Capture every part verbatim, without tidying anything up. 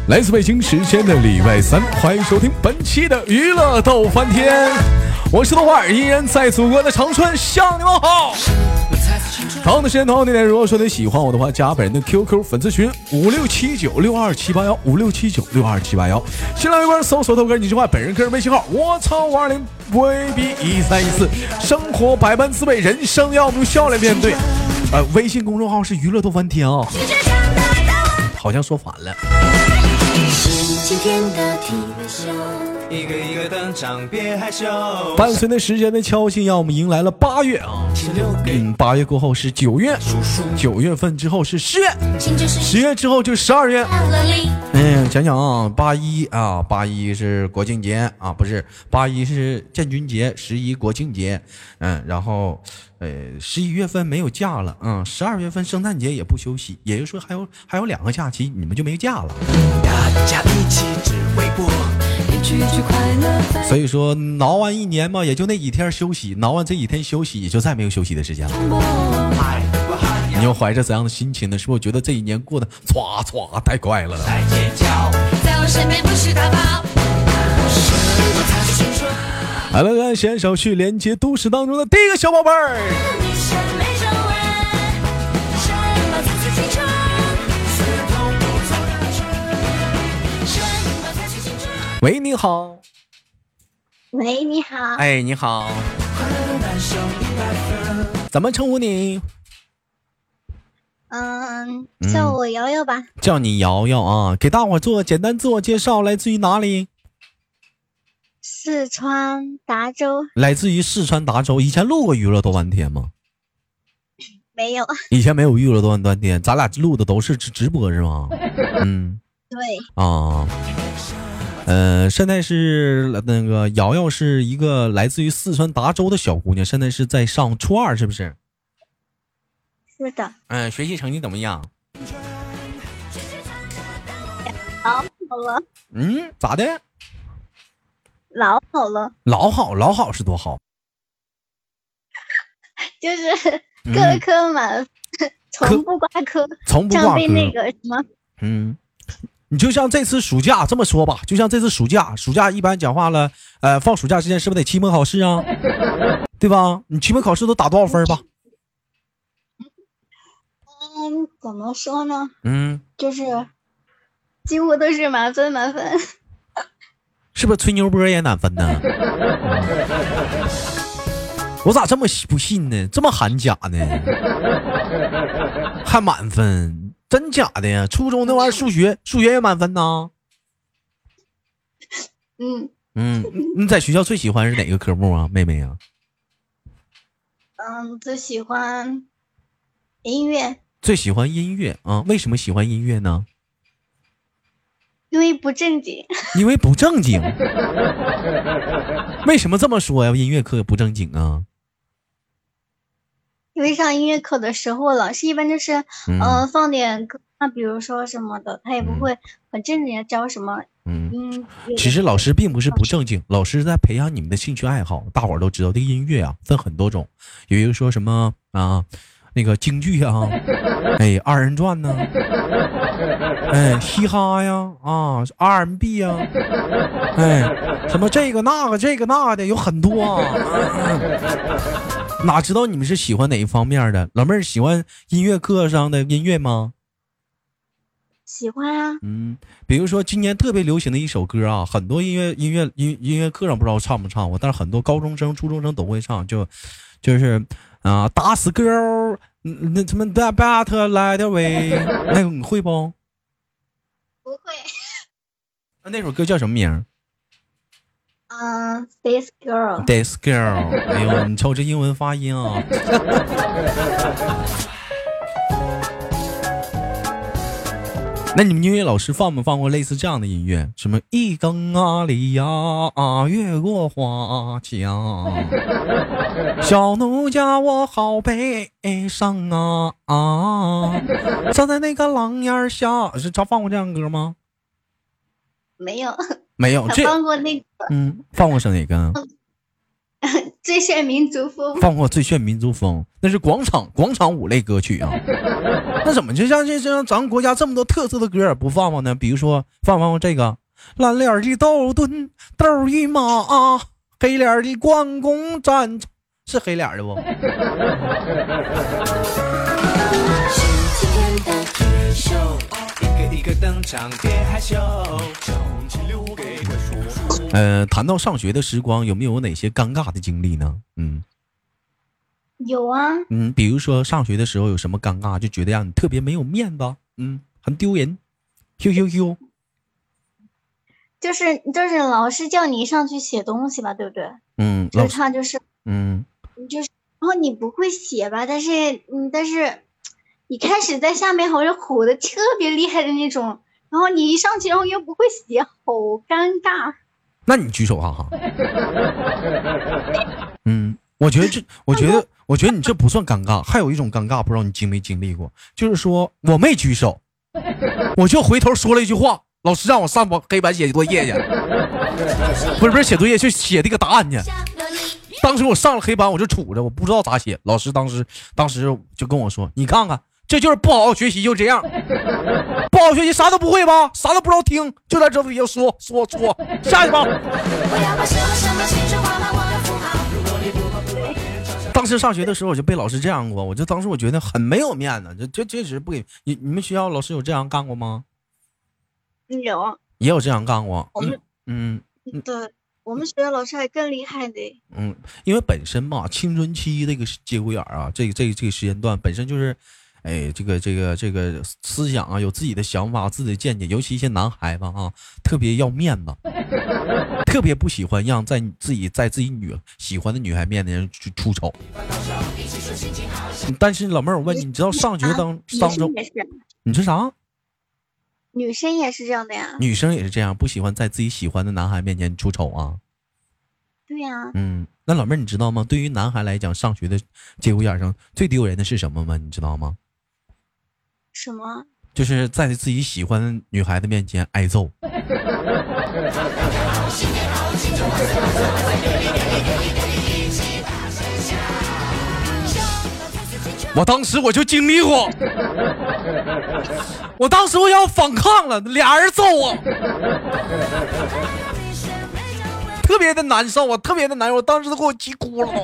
来自北京时间的礼拜三，欢迎收听本期的娱乐逗翻天，我是豆瓣儿，依然在祖国的长春向你们好。同样的时间同样的地点，如果说你喜欢我的话，加本人的 Q Q 粉丝群五六七九六二七八幺五六七九六二七八幺，新浪微博搜索豆哥你之外，本人个人微信号我操五二零 V B 一三一四，生活百般滋味，人生要用笑来面对。呃，微信公众号是娱乐逗翻天啊，好像说反了。今天的体育秀，一个一个登场，别害羞。伴随着时间的敲进，让我们迎来了八月啊。嗯，八月过后是九月，九月份之后是十月，十月之后就十二月。嗯，想想啊，八一啊，八一是国庆节啊，不是八一是建军节，十一国庆节。嗯，然后呃，十一月份没有假了，嗯，十二月份圣诞节也不休息，也就是说还有还有两个假期，你们就没假了。大家一起只微波。所以说挠完一年嘛，也就那几天休息，挠完这几天休息，也就再没有休息的时间了。你又怀着怎样的心情呢？是不是觉得这一年过得唰唰太快了？好了，来先手去连接都市当中的第一个小宝贝儿。喂，你好。 喂，你好。 哎，你好。怎么称呼你？ 嗯，叫我瑶瑶吧。 叫你瑶瑶啊，给大伙做个简单自我介绍，来自于哪里？ 四川达州。 来自于四川达州。以前录过娱乐多半天吗？ 没有。 以前没有娱乐多半天，咱俩录的都是直直播是吗？嗯， 对。 啊。呃，现在是那个瑶瑶是一个来自于四川达州的小姑娘，现在是在上初二，是不是？ 是的。 嗯、呃，学习成绩怎么样？ 老好了。 嗯，咋的？ 老好了。 老好，老好是多好？ 就是各科满分，从不挂科， 从不挂科。 那个什么， 嗯。你就像这次暑假这么说吧，就像这次暑假，暑假一般讲话了，呃，放暑假之前是不是得期末考试啊？对吧？你期末考试都打多少分吧？ 嗯，怎么说呢？ 嗯， 就是几乎都是满分，满分。 是不是吹牛波也满分呢？我咋这么不信呢？这么含假呢？还满分？真假的呀？初中那玩意儿数学数学也满分呢？ 嗯嗯，你在学校最喜欢是哪个科目啊，妹妹啊？ 嗯，最喜欢音乐。 最喜欢音乐啊？为什么喜欢音乐呢？ 因为不正经。 因为不正经。为什么这么说呀？音乐课不正经啊？ 因为上音乐课的时候，老师一般就是，嗯、呃，放点歌，那比如说什么的，他也不会很正经的教什么音。 嗯，其实老师并不是不正经，老师在培养你们的兴趣爱好。大伙儿都知道，这个音乐啊分很多种，有一个说什么啊，那个京剧啊，哎，二人转呢、啊，哎，嘻哈呀，啊 ，R and B 呀，哎，什么这个那个这个那的有很多啊。嗯哪知道你们是喜欢哪一方面的？老妹儿喜欢音乐课上的音乐吗？ 喜欢啊。 嗯，比如说今年特别流行的一首歌啊，很多音乐音乐音音乐课上不知道唱不唱过，但是很多高中生、初中生都会唱，就就是啊、呃，打死 girl， 那什么 that better light away， 那个你会不？ 不会。 那首歌叫什么名？ 嗯、uh, ，This girl。 This girl， 哎呦，你瞅这英文发音啊！那你们音乐老师放没放过类似这样的音乐？什么一更啊里呀啊，越过花墙，小奴家我好悲伤啊啊，站在那个廊檐下，是他放过这样的歌吗？ 没有。 没有，这放过那个， 嗯，放过是哪个？ 最炫民族风。 放过最炫民族风，那是广场广场舞类歌曲啊。 那怎么就像这像咱们国家这么多特色的歌不放放呢？比如说放放这个蓝脸的豆墩豆一马，黑脸的关公战，是黑脸的不？呃，谈到上学的时光，有没有哪些尴尬的经历呢？嗯， 有啊。 嗯，比如说上学的时候有什么尴尬，就觉得让你特别没有面子，嗯，很丢人。Q Q Q， 就是就是老师叫你上去写东西吧，对不对？ 嗯， 就是他就是嗯， 就是然后你不会写吧，但是嗯，但是你开始在下面好像吼的特别厉害的那种，然后你一上去然后又不会写，好尴尬。 那你举手哈哈。嗯，我觉得这，我觉得，我觉得你这不算尴尬。还有一种尴尬，不知道你经没经历过，就是说我没举手，我就回头说了一句话，老师让我上黑板写作业去，不是不是写作业，去写这个答案去。当时我上了黑板，我就杵着，我不知道咋写。老师当时当时就跟我说：“你看看，这就是不好好学习，就这样，不好好学习，啥都不会吧，啥都不知道听，就在这里要说说说，下去吧。”当时上学的时候，我就被老师这样过，我就当时我觉得很没有面子，这这确实不给你。你们学校老师有这样干过吗？ 有， 也有这样干过。 我们嗯， 嗯对。我们学校老师还更厉害的。 嗯，因为本身嘛，青春期这个节骨眼啊，这个这个这个时间段本身就是，哎，这个这个这个思想啊，有自己的想法、自己的见解，尤其一些男孩子啊，特别要面子，特别不喜欢让在自己在自己女喜欢的女孩面前去出丑。但是老妹儿，我问你，你知道上学当当中，你说啥？ 女生也是这样的呀， 女生也是这样，不喜欢在自己喜欢的男孩面前出丑啊。 对呀、啊。 嗯，那老妹儿你知道吗？对于男孩来讲，上学的节骨眼上最丢人的是什么吗？你知道吗？ 什么？ 就是在自己喜欢的女孩子面前挨揍。我当时我就经历过，我当时我要反抗了，俩人揍我，特别的难受，我特别的难受，我当时都给我气哭了。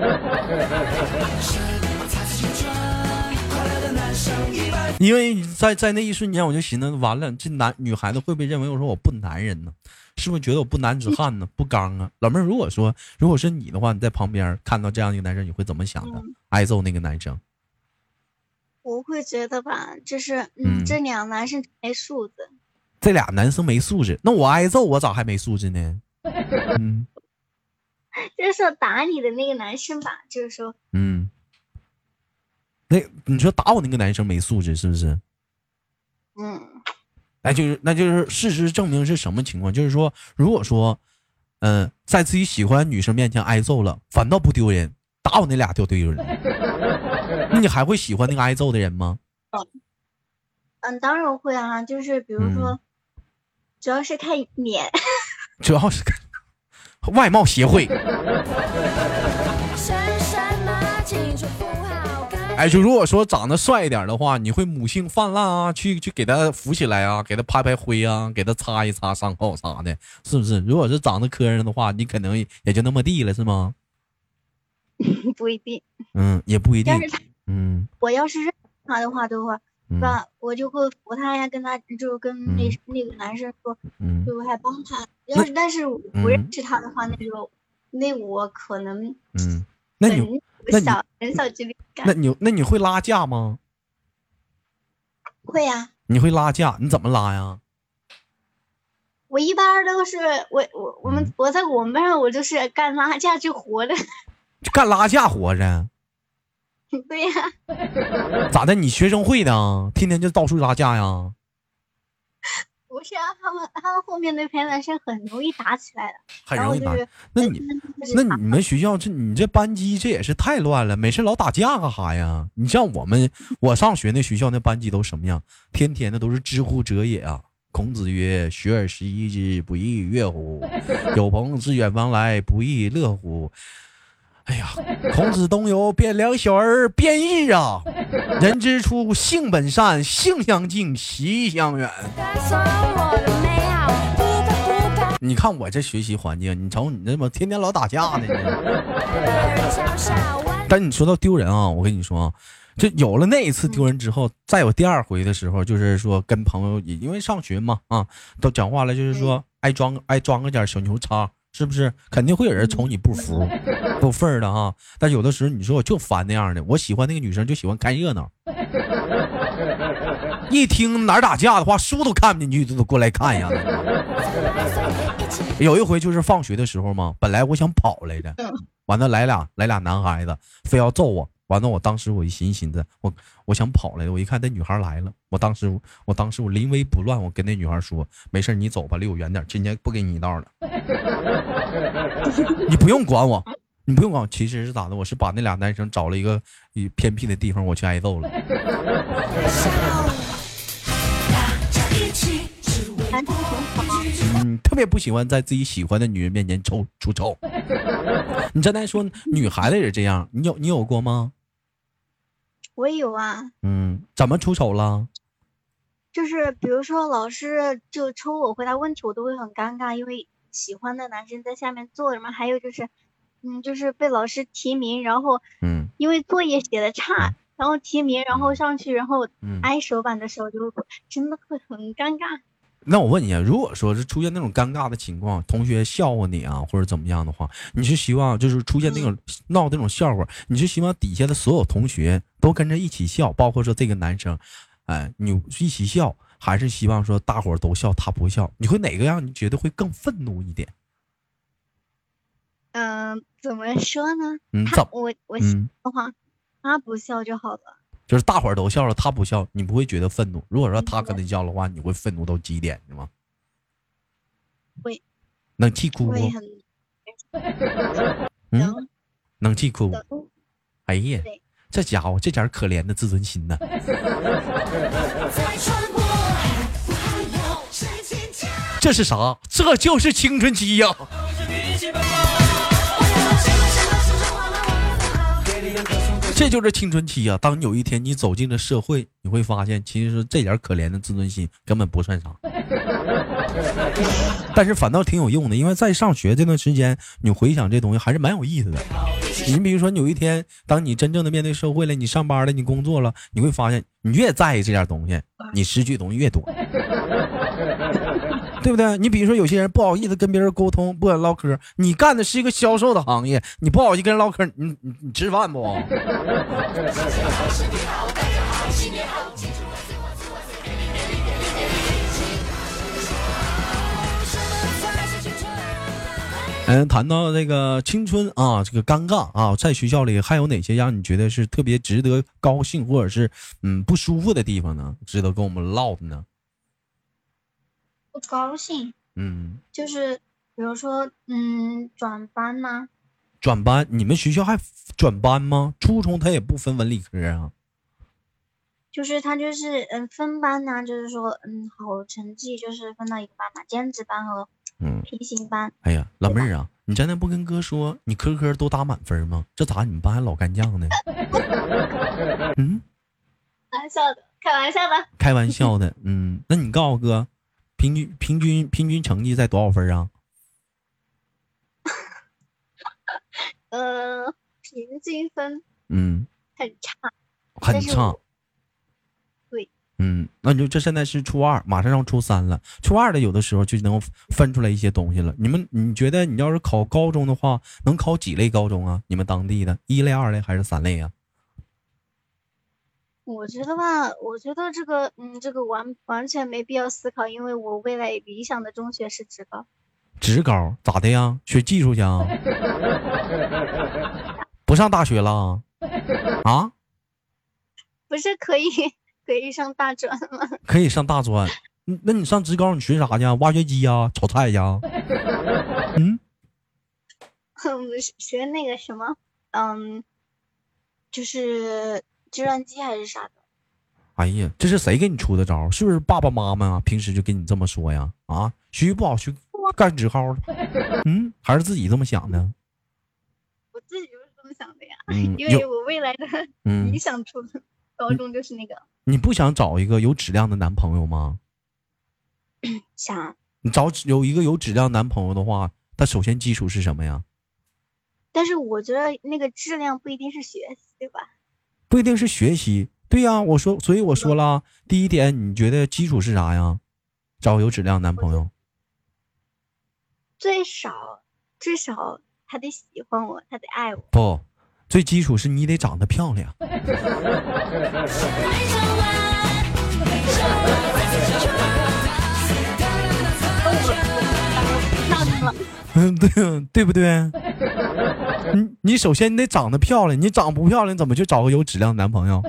因为在在那一瞬间，我就寻思，完了，这男女孩子会不会认为我说我不男人呢？是不是觉得我不男子汉呢？不刚啊？老妹儿，如果说如果是你的话，你在旁边看到这样一个男生，你会怎么想的？嗯、挨揍那个男生？ 我会觉得吧，就是嗯，嗯这俩男生没素质。 这俩男生没素质，那我挨揍，我咋还没素质呢？嗯， 就是说打你的那个男生吧，就是说， 嗯，那你说打我那个男生没素质是不是？ 嗯， 那就是那就是事实证明是什么情况？就是说，如果说，嗯、呃，在自己喜欢女生面前挨揍了，反倒不丢人，打我那俩就丢人。那你还会喜欢那个挨揍的人吗？ 嗯，当然会啊，就是比如说，嗯、主要是看脸， 主要是看外貌协会。哎，就如果说长得帅一点的话，你会母性泛滥啊，去去给他扶起来啊，给他拍拍灰啊，给他擦一擦伤口啥的，是不是？如果是长得磕碜的话，你可能也就那么地了，是吗？ 不一定。 嗯，也不一定。嗯， 我要是认他的话的话，是吧？嗯、我就会扶他呀，跟他就跟那、嗯、那个男生说，嗯、就还帮他。要是但是我不认识他的话，嗯、那就那我可能嗯，那你很小很小距离感。 那你那你会拉架吗？ 会呀、啊。 你会拉架？你怎么拉呀？ 我一般都是我我我们、嗯、我在我们班上我就是干拉架就活着。 干拉架活着？ 对呀、 啊。咋的？你学生会的，天天就到处拉架呀？ 不是啊，他们他们后面那批男生很容易打起来的， 很容易打。 就是、 那你那你们学校这你这班级这也是太乱了，没事老打架干啥呀？你像我们我上学那学校那班级都什么样？天天的都是知乎者也啊。孔子曰：“学而时习之，不亦乐乎？有朋自远方来，不亦乐乎？” 哎呀，孔子东游，汴梁小儿辩日啊！人之初，性本善，性相近，习相远。你看我这学习环境，你瞅你这么天天老打架呢。但你说到丢人啊，我跟你说啊，就有了那一次丢人之后，再有第二回的时候，就是说跟朋友，因为上学嘛啊，都讲话了，就是说爱装爱装个点小牛叉。是不是肯定会有人瞅你不服不忿儿的哈？但有的时候你说我就烦那样的，我喜欢那个女生就喜欢看热闹，一听哪儿打架的话，书都看不进去，就都过来看呀。有一回就是放学的时候嘛，本来我想跑来着，完了来俩来俩男孩子，非要揍我。完了，我当时我一寻寻思，我我想跑来，我一看那女孩来了，我当时我当时我临危不乱，我跟那女孩说，没事你走吧，离我远点，今天不给你一道了。你不用管我，你不用管我。其实是咋的？我是把那俩男生找了一个偏僻的地方，我去挨揍了。嗯，特别不喜欢在自己喜欢的女人面前抽出丑。你刚才说女孩子也这样，你有你有过吗？ 我也有啊。 嗯，怎么出丑了？ 就是比如说老师就抽我回答问题，我都会很尴尬，因为喜欢的男生在下面坐着嘛。还有就是，嗯，就是被老师提名，然后嗯，因为作业写的差，嗯、然后提名，然后上去，然后挨手板的时候，就真的会很尴尬。 那我问你啊，如果说是出现那种尴尬的情况，同学笑话你啊，或者怎么样的话，你是希望就是出现那种闹那种笑话，你是希望底下的所有同学都跟着一起笑，包括说这个男生，哎，你一起笑，还是希望说大伙儿都笑他不笑？你会哪个让你觉得会更愤怒一点？ 嗯、呃，怎么说呢？ 嗯， 他我我笑的话、嗯，他不笑就好了。 就是大伙儿都笑了，他不笑，你不会觉得愤怒。如果说他跟你笑的话，你会愤怒到极点的吗？ 会。 能气哭不？嗯，能气哭。哎呀，这家伙这点可怜的自尊心呢。这是啥？这就是青春期呀、啊！这就是青春期啊！当有一天你走进了社会，你会发现，其实这点可怜的自尊心根本不算啥，但是反倒挺有用的，因为在上学这段时间，你回想这东西还是蛮有意思的。你比如说，有一天当你真正的面对社会了，你上班了，你工作了，你会发现，你越在意这点东西，你失去的东西越多。对不对？你比如说有些人不好意思跟别人沟通，不敢唠嗑，你干的是一个销售的行业，你不好意思跟人唠嗑，你你你吃饭不？嗯，谈到这个青春啊，这个尴尬啊，在学校里还有哪些让你觉得是特别值得高兴，或者是嗯不舒服的地方呢？值得跟我们唠的呢？ 不高兴， 嗯， 就是比如说，嗯，转班呐、啊， 转班，你们学校还转班吗？初中他也不分文理科啊。 就是他就是嗯分班呐、啊，就是说嗯好成绩就是分到一个班嘛，尖子班和嗯平行班。 哎呀，老妹儿啊，你真的不跟哥说，你科科都打满分吗？这咋你们班还老干将呢？嗯， 开玩笑的，开玩笑的， 开玩笑的。嗯，那你告诉哥。平均平均平均成绩在多少分啊？ 呃，平均分嗯很差， 很差。 对， 嗯，那你就这现在是初二，马上上初三了。初二的有的时候就能分出来一些东西了。你们你觉得你要是考高中的话，能考几类高中啊？你们当地的一类、二类还是三类啊？ 我觉得吧，我觉得这个，嗯，这个完完全没必要思考，因为我未来理想的中学是职高。 职高咋的呀？学技术去啊？不上大学了？啊？ 不是可以可以上大专吗？ 可以上大专。那你上职高你学啥去？挖掘机呀？炒菜呀？嗯？ 学那个什么，嗯，就是。计算机还是啥的？ 哎呀，这是谁给你出的招？是不是爸爸妈妈啊？平时就跟你这么说呀？啊，学习不好学干职高的，嗯，还是自己这么想的？ 我自己就是这梦想的呀， 嗯、 因为我未来的理想初中、嗯、高中就是那个。 你不想找一个有质量的男朋友吗？ 想。 你找有一个有质量男朋友的话，他首先基础是什么呀？ 但是我觉得那个质量不一定是学习，对吧？ 不一定是学习，对呀、啊，我说，所以我说了，第一点，你觉得基础是啥呀？找有质量男朋友， 最少至少他得喜欢我，他得爱我。 不，最基础是你得长得漂亮。嗯，对对不对？你你首先你得长得漂亮，你长不漂亮怎么去找个有质量的男朋友？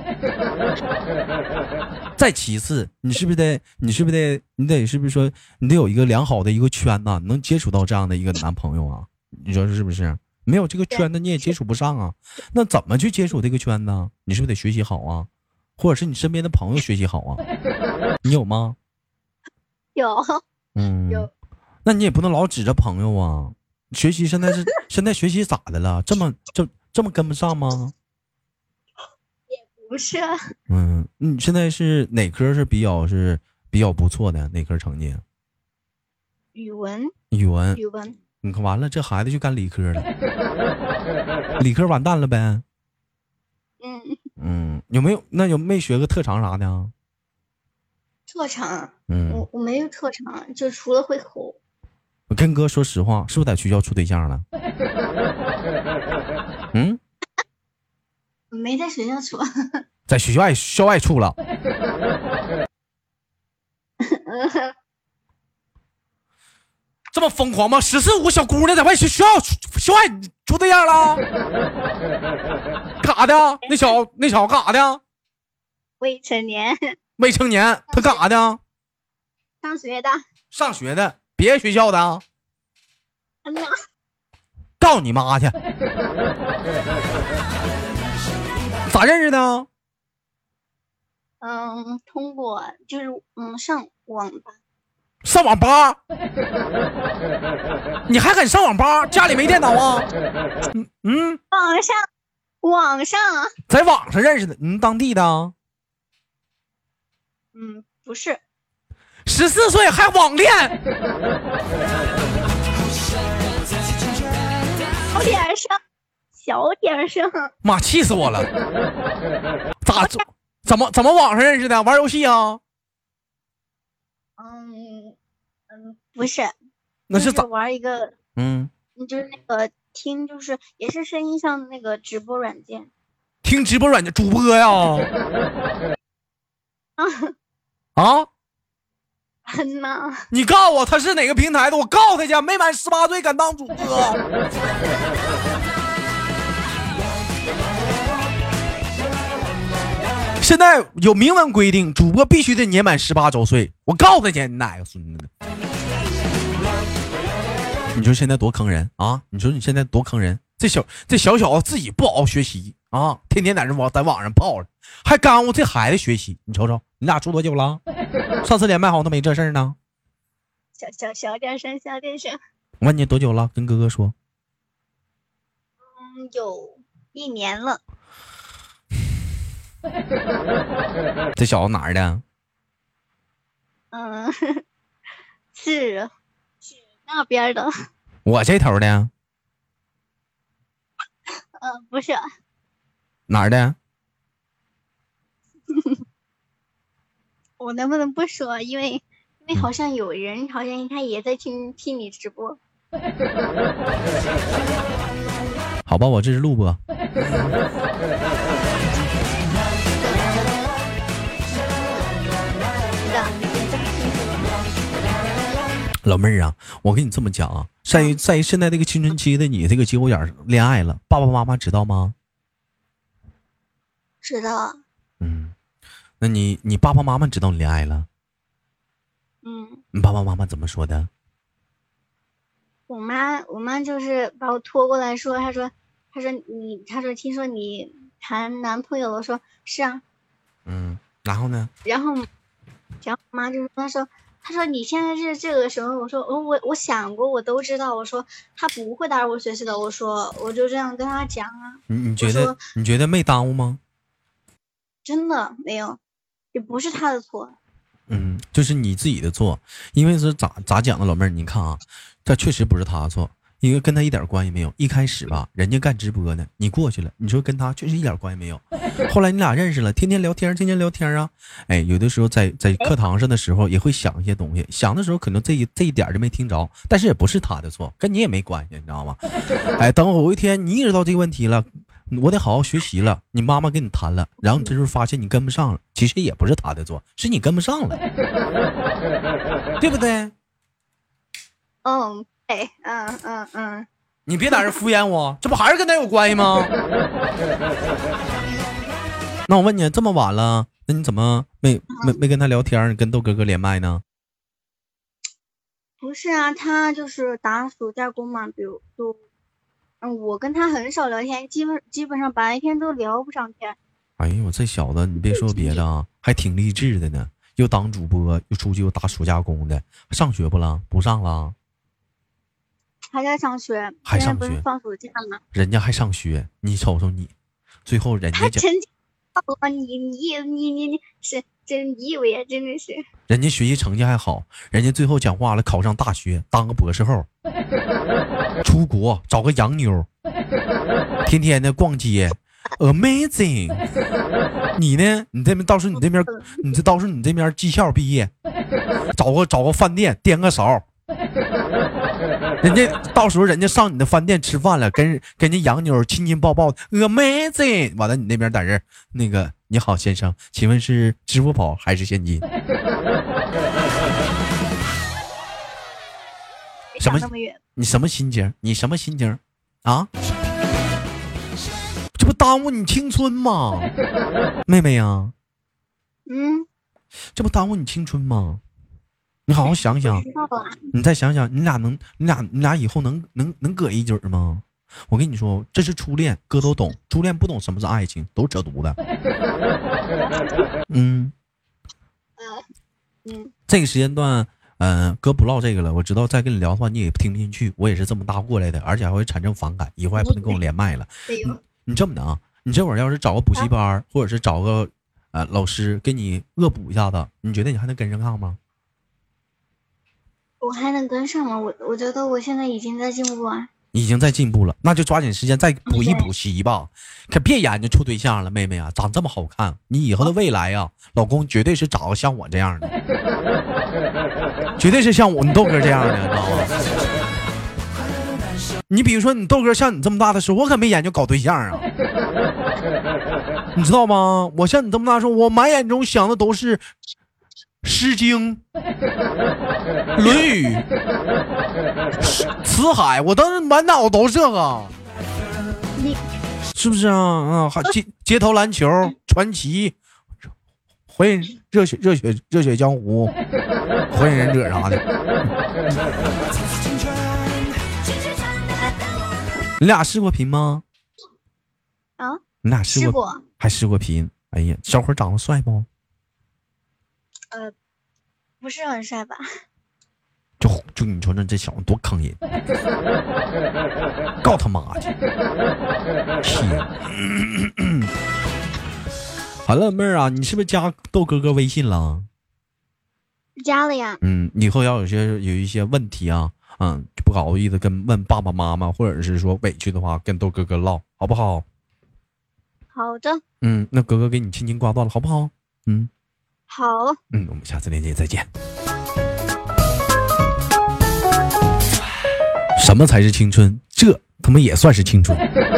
再其次，你是不是得你是不是得你得是不是说你得有一个良好的一个圈呐，能接触到这样的一个男朋友啊？你说是不是？没有这个圈子你也接触不上啊。那怎么去接触这个圈呢？你是不是得学习好啊？或者是你身边的朋友学习好啊？你有吗？ 有。 嗯， 有。 那你也不能老指着朋友啊。学习现在是现在学习咋的了？这么这这么跟不上吗？ 也不是。 嗯，你现在是哪科是比较是比较不错的？哪科成绩？ 语文。 语文。 语文。 你看完了，这孩子就干理科了，理科完蛋了呗。 嗯嗯，有没有那有没学个特长啥的？ 特长？ 嗯， 我我没有特长，就除了会吼。 我跟哥说实话，是不是在学校处对象了？嗯， 没在学校处， 在学校外校外处了。这么疯狂吗？十四五小姑娘在外学校校外处对象了？干啥的？那小那小子干啥的？ 未成年。 未成年，他干啥的？ 上学的。 上学的。别的学校的啊！ 嗯呐， 告你妈去！咋认识的？ 嗯，通过就是嗯上网吧。 上网吧？你还敢上网吧？家里没电脑啊？嗯嗯， 网上网上在网上认识的，你当地的？ 嗯，不是。 十四岁还网恋， 小点声，小点声！ 妈，气死我了！咋怎么怎么网上认识的？玩游戏啊？ 嗯嗯，不是， 那是咋玩一个？ 嗯， 就是那个听，就是也是声音上的那个直播软件。 听直播软件主播呀？ 啊啊！ 嗯呐， 你告诉我他是哪个平台的，我告他去，没满十八岁敢当主播。现在有明文规定，主播必须得年满十八周岁，我告他去，你哪个孙子的？你说现在多坑人啊！你说你现在多坑人，这小这小小子自己不好好学习啊，天天在这网在网上泡着，还耽误这孩子学习。你瞅瞅，你俩处多久了？上次连麦好像都没这事儿呢。 小小小点声，小点声。 我问你多久了？跟哥哥说。 嗯，有一年了。 这小子哪儿的？ 嗯，是是那边的。 我这头的。 嗯、呃，不是。 哪儿的？ 我能不能不说？因为因为好像有人，好像他也在听听你直播。 好吧，我这是录播。老妹儿啊，我跟你这么讲啊，在于在于现在这个青春期的你，这个节骨眼恋爱了，爸爸妈妈知道吗？ 知道。 嗯，那你你爸爸妈妈知道你恋爱了？ 嗯。 你爸爸妈妈怎么说的？ 我妈，我妈就是把我拖过来说，她说，她说你，她说听说你谈男朋友了，说是啊。 嗯，然后呢？ 然后，然后我妈就说，她说他说你现在是这个什么？我说哦，我我想过，我都知道。我说他不会打扰我学习的。我说我就这样跟他讲啊。 你你觉得你觉得没耽误吗？ 真的没有，也不是他的错。 嗯，就是你自己的错，因为是咋咋讲的，老妹儿，你看啊，这确实不是他的错。因为跟他一点关系没有，一开始吧，人家干直播呢，你过去了，你说跟他确实一点关系没有。后来你俩认识了，天天聊天，天天聊天啊，哎，有的时候在在课堂上的时候也会想一些东西，想的时候可能这一这一点就没听着，但是也不是他的错，跟你也没关系，你知道吗？哎，等有一天你意识到这个问题了，我得好好学习了，你妈妈跟你谈了，然后你这时候发现你跟不上了，其实也不是他的错，是你跟不上了，对不对？ 嗯。哎，嗯嗯嗯， 你别在这敷衍我，这不还是跟他有关系吗？那我问你，这么晚了，那你怎么没没没跟他聊天？你跟豆哥哥连麦呢？ 不是啊，他就是打暑假工嘛，比如就，嗯，我跟他很少聊天，基本基本上白天都聊不上天。 哎呦，我这小子，你别说别的啊，还挺励志的呢，又当主播，又出去又打暑假工的，上学不了？不上了？ 还在上学， 还上学， 放暑假吗？ 人家还上学，你瞅瞅你，最后人家他成绩好，你你你你你是真你以为真的是？ 人家学习成绩还好，人家最后讲话了，考上大学，当个博士后，出国找个洋妞，天天的逛街 ，amazing。你呢？你这边到时候你这边，你这到时候你这边技校毕业，找个找个饭店颠个勺。人家到时候人家上你的饭店吃饭了，跟跟人家洋妞亲亲抱抱的 amazing。 完了你那边在这那个你好先生，请问是支付宝还是现金？什么？你什么心情？你什么心情啊？这不耽误你青春吗，妹妹呀？ 嗯， 这不耽误你青春吗？你好好想想，你再想想，你俩能，你俩你俩以后能能能搁一嘴吗？我跟你说，这是初恋，哥都懂，初恋不懂什么是爱情，都扯犊子。嗯， 嗯， 这个时间段，嗯、呃，哥不唠这个了。我知道再跟你聊的话，你也听不进去。我也是这么大过来的，而且还会产生反感，以后还不能跟我连麦了。你, 你这么的啊，你这会儿要是找个补习班，啊、或者是找个呃老师给你恶补一下子，你觉得你还能跟上趟吗？ 我还能跟上吗？我我觉得我现在已经在进步啊， 已经在进步了，那就抓紧时间再补一补习吧，可别研究处对象了，妹妹啊，长这么好看，你以后的未来啊，老公绝对是找个像我这样的，绝对是像我你豆哥这样的，你知道吗？你比如说你豆哥像你这么大的时候，我可没研究搞对象啊，你知道吗？我像你这么大的时候，我满眼中想的都是诗经、论语、辞海，我当时满脑都是这个，是不是啊？啊，还街街头篮球、传奇、火影、热血、热血、热血江湖、火影忍者啥的。你俩试过频吗？ 啊， 你俩试过， 试过还试过频？哎呀，小伙长得帅不？ 呃，不是很帅吧？ 就就你说那这小子多坑人，告他妈去！好了，妹儿啊，你是不是加豆哥哥微信了？ 加了呀。 嗯，以后要有些有一些问题啊，嗯，就不好意思跟问爸爸妈妈，或者是说委屈的话，跟豆哥哥唠，好不好？ 好的。 嗯，那哥哥给你轻轻挂断了，好不好？嗯。 好， 嗯，我们下次连接再见。什么才是青春？这他妈也算是青春？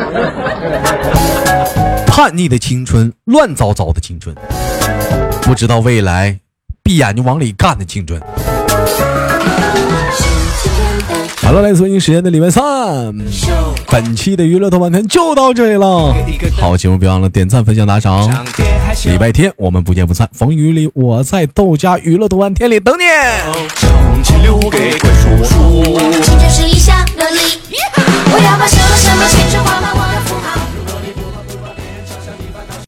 叛逆的青春，乱糟糟的青春，不知道未来，闭眼就往里干的青春。好了，来自北京时间的礼拜三，本期的娱乐豆瓣天就到这里了。好节目别忘了点赞分享打赏，礼拜天我们不见不散，风雨里我在豆家娱乐豆瓣天里等你。 青春是一项能力，我要把什么